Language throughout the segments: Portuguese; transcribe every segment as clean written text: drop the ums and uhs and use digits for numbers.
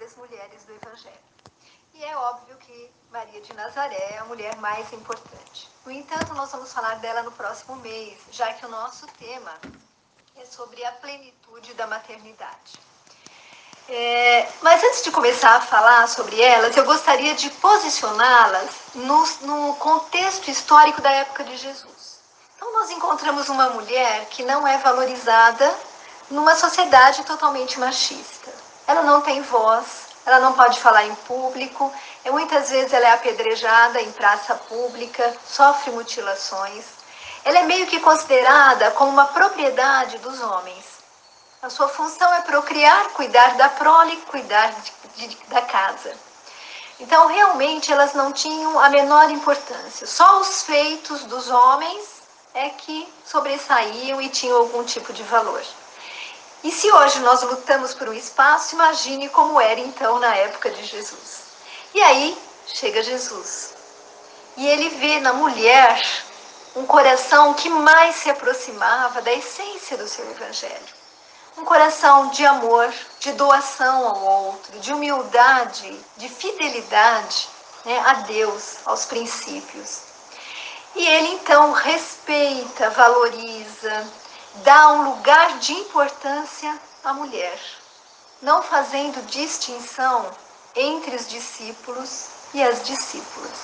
outras mulheres do Evangelho. E é óbvio que Maria de Nazaré é a mulher mais importante. No entanto, nós vamos falar dela no próximo mês, já que o nosso tema é sobre a plenitude da maternidade. Mas antes de começar a falar sobre elas, eu gostaria de posicioná-las no contexto histórico da época de Jesus. Então, nós encontramos uma mulher que não é valorizada numa sociedade totalmente machista. Ela não tem voz, ela não pode falar em público, e muitas vezes ela é apedrejada em praça pública, sofre mutilações. Ela é meio que considerada como uma propriedade dos homens. A sua função é procriar, cuidar da prole, cuidar da casa. Então, realmente, elas não tinham a menor importância. Só os feitos dos homens é que sobressaíam e tinham algum tipo de valor. E se hoje nós lutamos por um espaço, imagine como era então na época de Jesus. E aí chega Jesus. E ele vê na mulher um coração que mais se aproximava da essência do seu evangelho. Um coração de amor, de doação ao outro, de humildade, de fidelidade, a Deus, aos princípios. E ele então respeita, valoriza, dá um lugar de importância à mulher, não fazendo distinção entre os discípulos e as discípulas.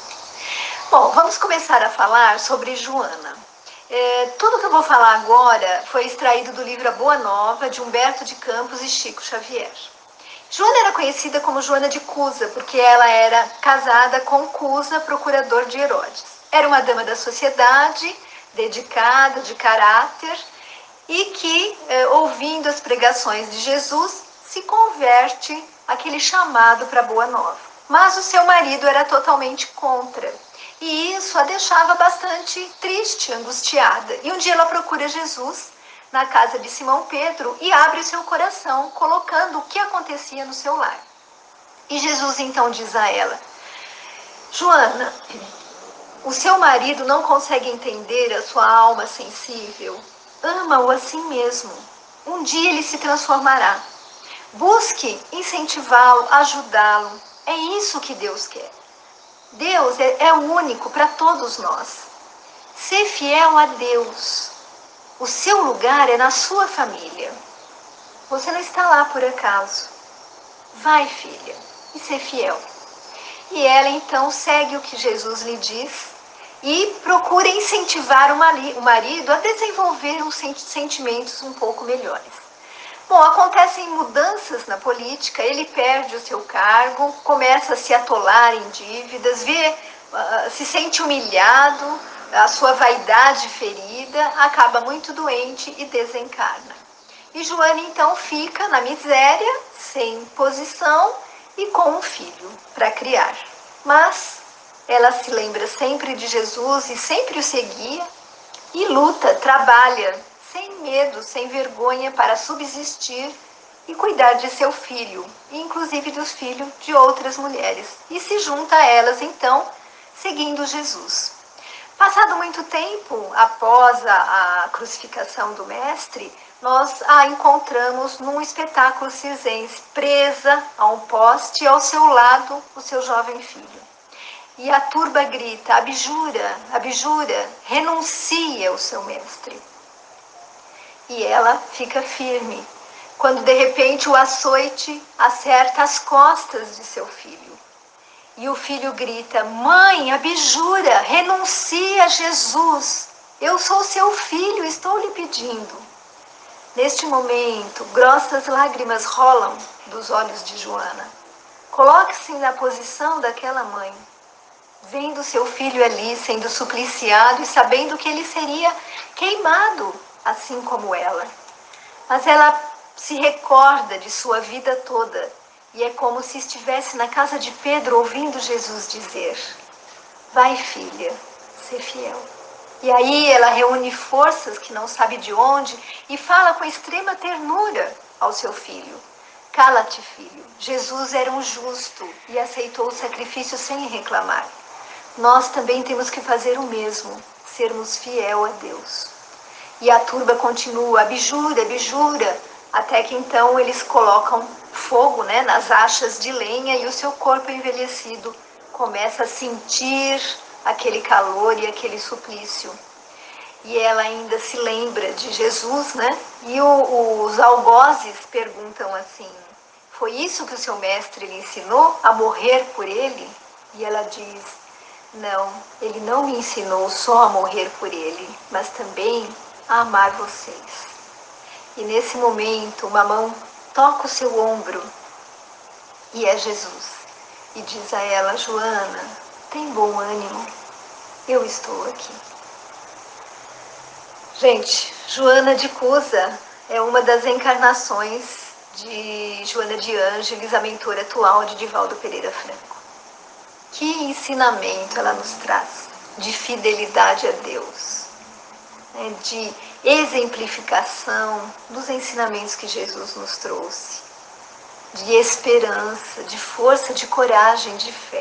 Bom, vamos começar a falar sobre Joana. Tudo que eu vou falar agora foi extraído do livro A Boa Nova, de Humberto de Campos e Chico Xavier. Joana era conhecida como Joana de Cusa, porque ela era casada com Cusa, procurador de Herodes. Era uma dama da sociedade, dedicada, de caráter, e que, ouvindo as pregações de Jesus, se converte àquele chamado para a Boa Nova. Mas o seu marido era totalmente contra. E isso a deixava bastante triste, angustiada. E um dia ela procura Jesus na casa de Simão Pedro e abre o seu coração, colocando o que acontecia no seu lar. E Jesus então diz a ela: Joana, o seu marido não consegue entender a sua alma sensível. Ama-o assim mesmo. Um dia ele se transformará. Busque incentivá-lo, ajudá-lo. É isso que Deus quer. Deus é único para todos nós. Ser fiel a Deus. O seu lugar é na sua família. Você não está lá por acaso. Vai, filha, e ser fiel. E ela então segue o que Jesus lhe diz e procura incentivar o marido a desenvolver uns sentimentos um pouco melhores. Bom, acontecem mudanças na política, ele perde o seu cargo, começa a se atolar em dívidas, se sente humilhado, a sua vaidade ferida, acaba muito doente e desencarna. E Joana então fica na miséria, sem posição e com um filho para criar. Mas ela se lembra sempre de Jesus e sempre o seguia e luta, trabalha, sem medo, sem vergonha, para subsistir e cuidar de seu filho, e inclusive dos filhos de outras mulheres. E se junta a elas, então, seguindo Jesus. Passado muito tempo, após a crucificação do Mestre, nós a encontramos num espetáculo circense, presa a um poste e ao seu lado o seu jovem filho. E a turba grita: abjura, abjura, renuncia ao seu mestre. E ela fica firme, quando de repente o açoite acerta as costas de seu filho. E o filho grita: mãe, abjura, renuncia a Jesus. Eu sou seu filho, estou lhe pedindo. Neste momento, grossas lágrimas rolam dos olhos de Joana. Coloque-se na posição daquela mãe, vendo seu filho ali sendo supliciado e sabendo que ele seria queimado, assim como ela. Mas ela se recorda de sua vida toda e é como se estivesse na casa de Pedro ouvindo Jesus dizer: vai, filha, ser fiel. E aí ela reúne forças que não sabe de onde e fala com extrema ternura ao seu filho: cala-te, filho. Jesus era um justo e aceitou o sacrifício sem reclamar. Nós também temos que fazer o mesmo, sermos fiel a Deus. E a turba continua: abjura, abjura, até que então eles colocam fogo, né, nas achas de lenha, e o seu corpo envelhecido começa a sentir aquele calor e aquele suplício. E ela ainda se lembra de Jesus, né? E os algozes perguntam assim: foi isso que o seu mestre lhe ensinou, a morrer por ele? E ela diz: não, ele não me ensinou só a morrer por ele, mas também a amar vocês. E nesse momento, uma mão toca o seu ombro e é Jesus. E diz a ela: Joana, tem bom ânimo, eu estou aqui. Gente, Joana de Cusa é uma das encarnações de Joana de Ângeles, a mentora atual de Divaldo Pereira Franco. Que ensinamento ela nos traz de fidelidade a Deus, né, de exemplificação dos ensinamentos que Jesus nos trouxe, de esperança, de força, de coragem, de fé.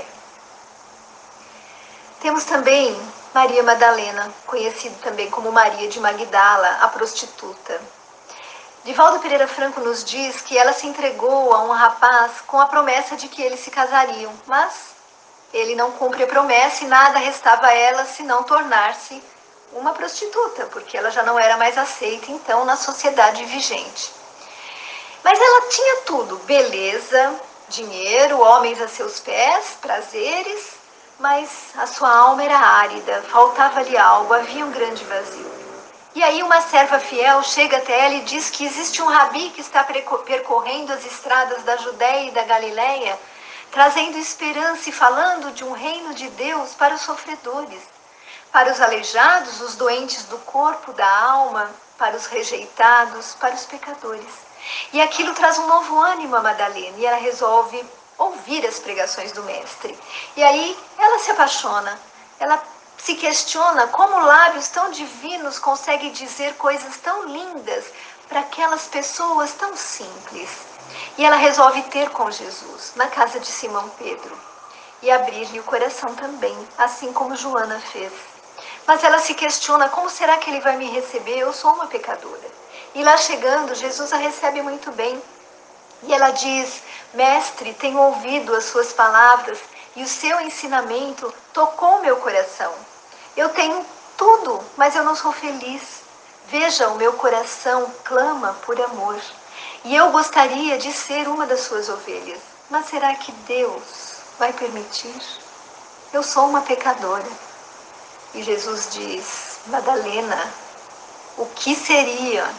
Temos também Maria Madalena, conhecida também como Maria de Magdala, a prostituta. Divaldo Pereira Franco nos diz que ela se entregou a um rapaz com a promessa de que eles se casariam, mas ele não cumpre a promessa e nada restava a ela senão tornar-se uma prostituta, porque ela já não era mais aceita então na sociedade vigente. Mas ela tinha tudo: beleza, dinheiro, homens a seus pés, prazeres, mas a sua alma era árida, faltava-lhe algo, havia um grande vazio. E aí uma serva fiel chega até ela e diz que existe um rabi que está percorrendo as estradas da Judéia e da Galiléia, trazendo esperança e falando de um reino de Deus para os sofredores, para os aleijados, os doentes do corpo, da alma, para os rejeitados, para os pecadores. E aquilo traz um novo ânimo a Madalena, e ela resolve ouvir as pregações do mestre. E aí ela se apaixona, ela se questiona como lábios tão divinos conseguem dizer coisas tão lindas para aquelas pessoas tão simples. E ela resolve ter com Jesus, na casa de Simão Pedro, e abrir-lhe o coração também, assim como Joana fez. Mas ela se questiona: como será que ele vai me receber? Eu sou uma pecadora. E lá chegando, Jesus a recebe muito bem. E ela diz: mestre, tenho ouvido as suas palavras e o seu ensinamento tocou meu coração. Eu tenho tudo, mas eu não sou feliz. Veja, o meu coração clama por amor. E eu gostaria de ser uma das suas ovelhas. Mas será que Deus vai permitir? Eu sou uma pecadora. E Jesus diz: Madalena, o que seria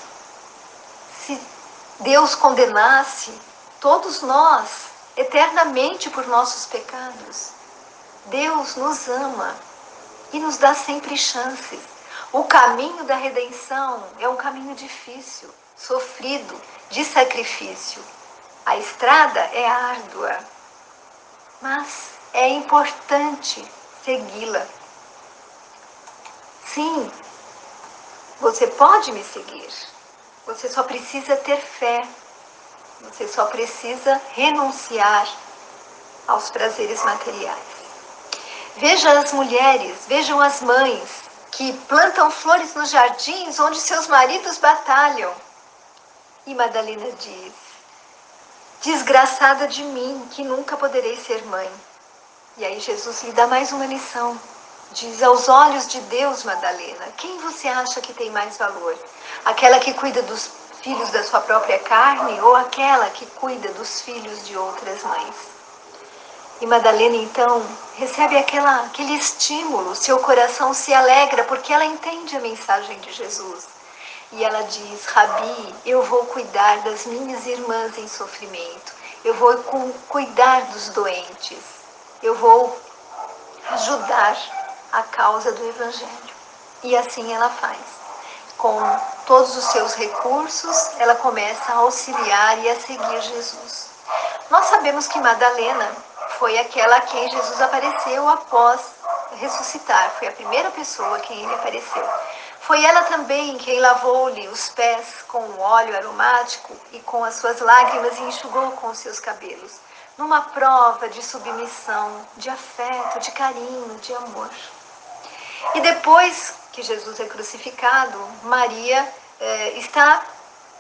se Deus condenasse todos nós eternamente por nossos pecados? Deus nos ama e nos dá sempre chances. O caminho da redenção é um caminho difícil, sofrido, de sacrifício. A estrada é árdua, mas é importante segui-la. Sim, você pode me seguir. Você só precisa ter fé. Você só precisa renunciar aos prazeres materiais. Veja as mulheres, vejam as mães que plantam flores nos jardins onde seus maridos batalham. E Madalena diz: desgraçada de mim, que nunca poderei ser mãe. E aí Jesus lhe dá mais uma lição. Diz: aos olhos de Deus, Madalena, quem você acha que tem mais valor? Aquela que cuida dos filhos da sua própria carne ou aquela que cuida dos filhos de outras mães? E Madalena então recebe aquele estímulo, seu coração se alegra porque ela entende a mensagem de Jesus. E ela diz: Rabi, eu vou cuidar das minhas irmãs em sofrimento, eu vou cuidar dos doentes, eu vou ajudar a causa do Evangelho. E assim ela faz. Com todos os seus recursos, ela começa a auxiliar e a seguir Jesus. Nós sabemos que Madalena foi aquela a quem Jesus apareceu após ressuscitar. Foi a primeira pessoa a quem ele apareceu. Foi ela também quem lavou-lhe os pés com um óleo aromático e com as suas lágrimas e enxugou com os seus cabelos, numa prova de submissão, de afeto, de carinho, de amor. E depois que Jesus é crucificado, Maria está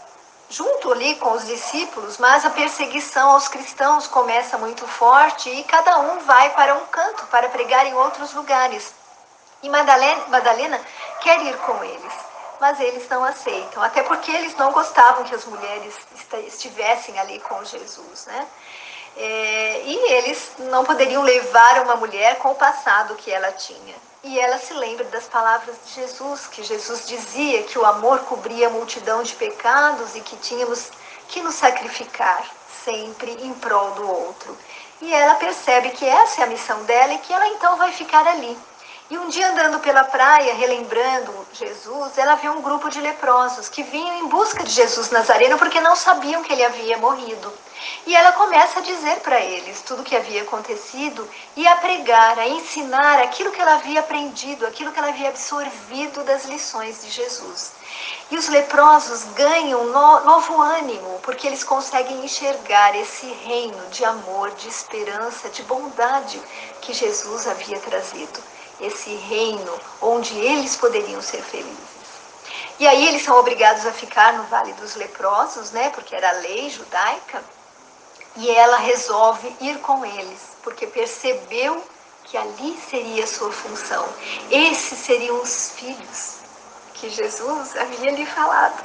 junto ali com os discípulos, mas a perseguição aos cristãos começa muito forte e cada um vai para um canto para pregar em outros lugares. E Madalena quer ir com eles, mas eles não aceitam, até porque eles não gostavam que as mulheres estivessem ali com Jesus, né? E eles não poderiam levar uma mulher com o passado que ela tinha. E ela se lembra das palavras de Jesus, que Jesus dizia que o amor cobria a multidão de pecados e que tínhamos que nos sacrificar sempre em prol do outro. E ela percebe que essa é a missão dela e que ela então vai ficar ali. E um dia andando pela praia, relembrando Jesus, ela vê um grupo de leprosos que vinham em busca de Jesus Nazareno porque não sabiam que ele havia morrido. E ela começa a dizer para eles tudo o que havia acontecido e a pregar, a ensinar aquilo que ela havia aprendido, aquilo que ela havia absorvido das lições de Jesus. E os leprosos ganham novo ânimo, porque eles conseguem enxergar esse reino de amor, de esperança, de bondade que Jesus havia trazido. Esse reino onde eles poderiam ser felizes. E aí eles são obrigados a ficar no Vale dos Leprosos, né? Porque era a lei judaica. E ela resolve ir com eles, porque percebeu que ali seria a sua função. Esses seriam os filhos que Jesus havia lhe falado.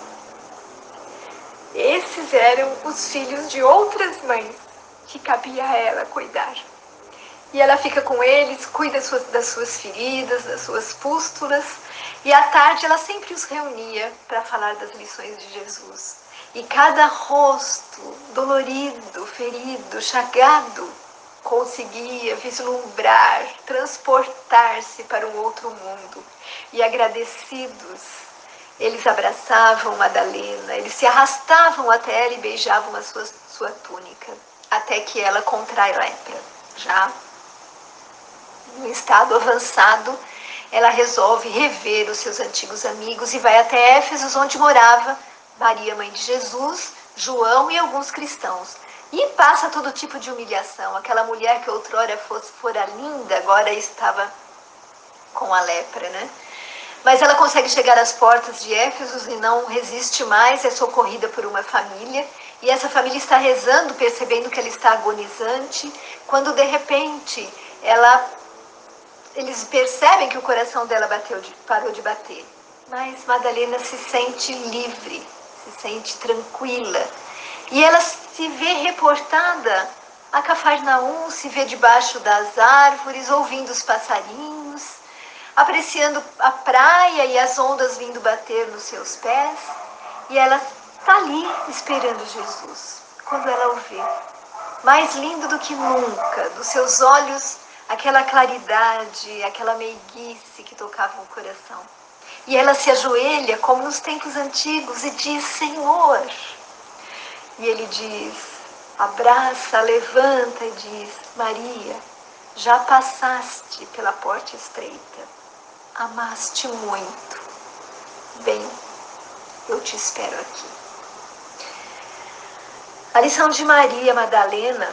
Esses eram os filhos de outras mães que cabia a ela cuidar. E ela fica com eles, cuida das suas feridas, das suas pústulas. E à tarde ela sempre os reunia para falar das lições de Jesus. E cada rosto dolorido, ferido, chagado, conseguia vislumbrar, transportar-se para um outro mundo. E agradecidos, eles abraçavam Madalena, eles se arrastavam até ela e beijavam a sua túnica, até que ela contrai lepra. Já no estado avançado, ela resolve rever os seus antigos amigos e vai até Éfeso, onde morava Maria, mãe de Jesus, João e alguns cristãos. E passa todo tipo de humilhação. Aquela mulher que outrora fora linda, agora estava com a lepra, né? Mas ela consegue chegar às portas de Éfeso e não resiste mais, é socorrida por uma família. E essa família está rezando, percebendo que ela está agonizante, quando de repente eles percebem que o coração dela parou de bater. Mas Madalena se sente livre, se sente tranquila. E ela se vê reportada a Cafarnaum, se vê debaixo das árvores, ouvindo os passarinhos, apreciando a praia e as ondas vindo bater nos seus pés. E ela está ali esperando Jesus. Quando ela o vê, mais lindo do que nunca, dos seus olhos, aquela claridade, aquela meiguice que tocava o coração. E ela se ajoelha, como nos tempos antigos, e diz: Senhor. E ele diz, abraça, levanta e diz: Maria, já passaste pela porta estreita, amaste muito. Bem, eu te espero aqui. A lição de Maria Madalena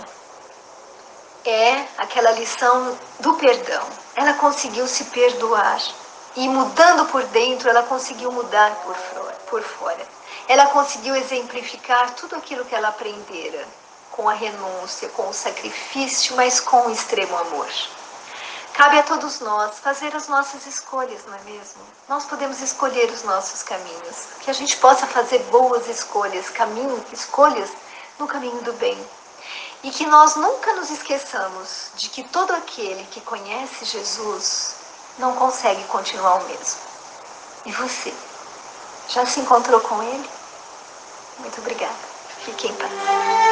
é aquela lição do perdão. Ela conseguiu se perdoar e, mudando por dentro, ela conseguiu mudar por fora. Ela conseguiu exemplificar tudo aquilo que ela aprendera com a renúncia, com o sacrifício, mas com o extremo amor. Cabe a todos nós fazer as nossas escolhas, não é mesmo? Nós podemos escolher os nossos caminhos, que a gente possa fazer boas escolhas, escolhas no caminho do bem. E que nós nunca nos esqueçamos de que todo aquele que conhece Jesus não consegue continuar o mesmo. E você? Já se encontrou com ele? Muito obrigada. Fique em paz.